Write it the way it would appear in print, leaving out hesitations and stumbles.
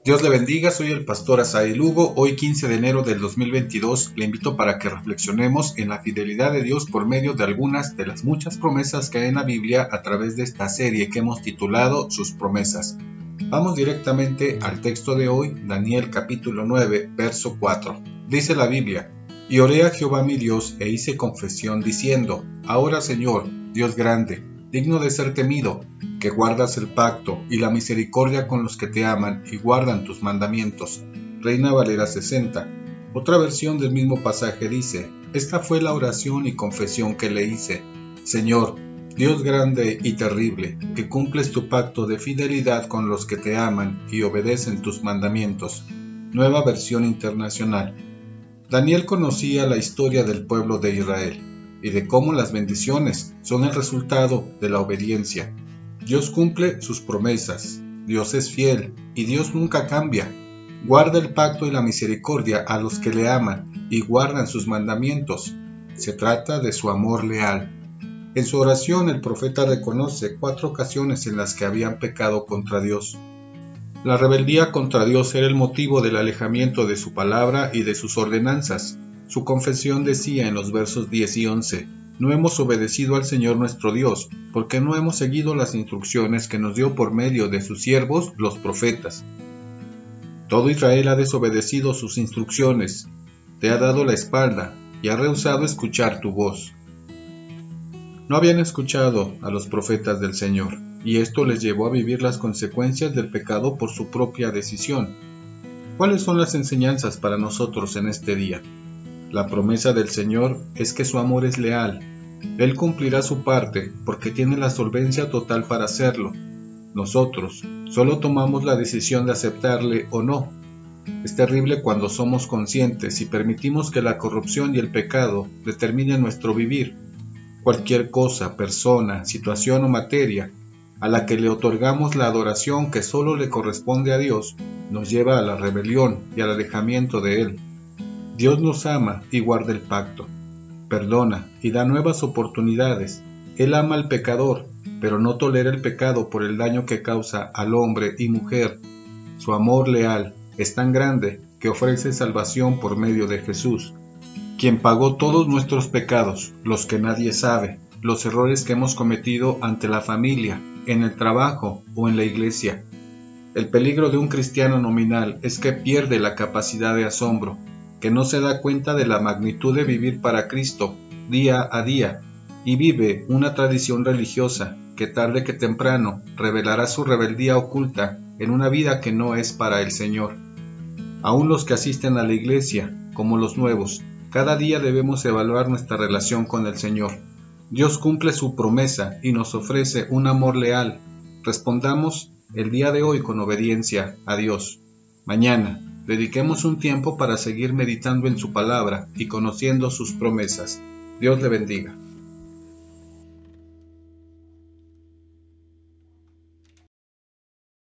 Dios le bendiga, soy el pastor Asael Lugo. Hoy 15 de enero del 2022 le invito para que reflexionemos en la fidelidad de Dios por medio de algunas de las muchas promesas que hay en la Biblia a través de esta serie que hemos titulado Sus promesas. Vamos directamente al texto de hoy, Daniel capítulo 9, verso 4. Dice la Biblia: Y oré a Jehová mi Dios e hice confesión diciendo: Ahora Señor, Dios grande, digno de ser temido, que guardas el pacto y la misericordia con los que te aman y guardan tus mandamientos. Reina Valera 60. Otra versión del mismo pasaje dice: Esta fue la oración y confesión que le hice. Señor, Dios grande y terrible, que cumples tu pacto de fidelidad con los que te aman y obedecen tus mandamientos. Nueva versión internacional. Daniel conocía la historia del pueblo de Israel y de cómo las bendiciones son el resultado de la obediencia. Dios cumple sus promesas, Dios es fiel y Dios nunca cambia. Guarda el pacto y la misericordia a los que le aman y guardan sus mandamientos. Se trata de su amor leal. En su oración el profeta reconoce 4 ocasiones en las que habían pecado contra Dios. La rebeldía contra Dios era el motivo del alejamiento de su palabra y de sus ordenanzas. Su confesión decía en los versos 10 y 11: No hemos obedecido al Señor nuestro Dios, porque no hemos seguido las instrucciones que nos dio por medio de sus siervos, los profetas. Todo Israel ha desobedecido sus instrucciones, te ha dado la espalda y ha rehusado escuchar tu voz. No habían escuchado a los profetas del Señor, y esto les llevó a vivir las consecuencias del pecado por su propia decisión. ¿Cuáles son las enseñanzas para nosotros en este día? La promesa del Señor es que su amor es leal. Él cumplirá su parte porque tiene la solvencia total para hacerlo. Nosotros solo tomamos la decisión de aceptarle o no. Es terrible cuando somos conscientes y permitimos que la corrupción y el pecado determinen nuestro vivir. Cualquier cosa, persona, situación o materia a la que le otorgamos la adoración que solo le corresponde a Dios nos lleva a la rebelión y al alejamiento de Él. Dios nos ama y guarda el pacto, perdona y da nuevas oportunidades. Él ama al pecador, pero no tolera el pecado por el daño que causa al hombre y mujer. Su amor leal es tan grande que ofrece salvación por medio de Jesús, quien pagó todos nuestros pecados, los que nadie sabe, los errores que hemos cometido ante la familia, en el trabajo o en la iglesia. El peligro de un cristiano nominal es que pierde la capacidad de asombro, que no se da cuenta de la magnitud de vivir para Cristo día a día y vive una tradición religiosa que tarde que temprano revelará su rebeldía oculta en una vida que no es para el Señor. Aún los que asisten a la iglesia, como los nuevos, cada día debemos evaluar nuestra relación con el Señor. Dios cumple su promesa y nos ofrece un amor leal. Respondamos el día de hoy con obediencia a Dios. Mañana dediquemos un tiempo para seguir meditando en su palabra y conociendo sus promesas. Dios le bendiga.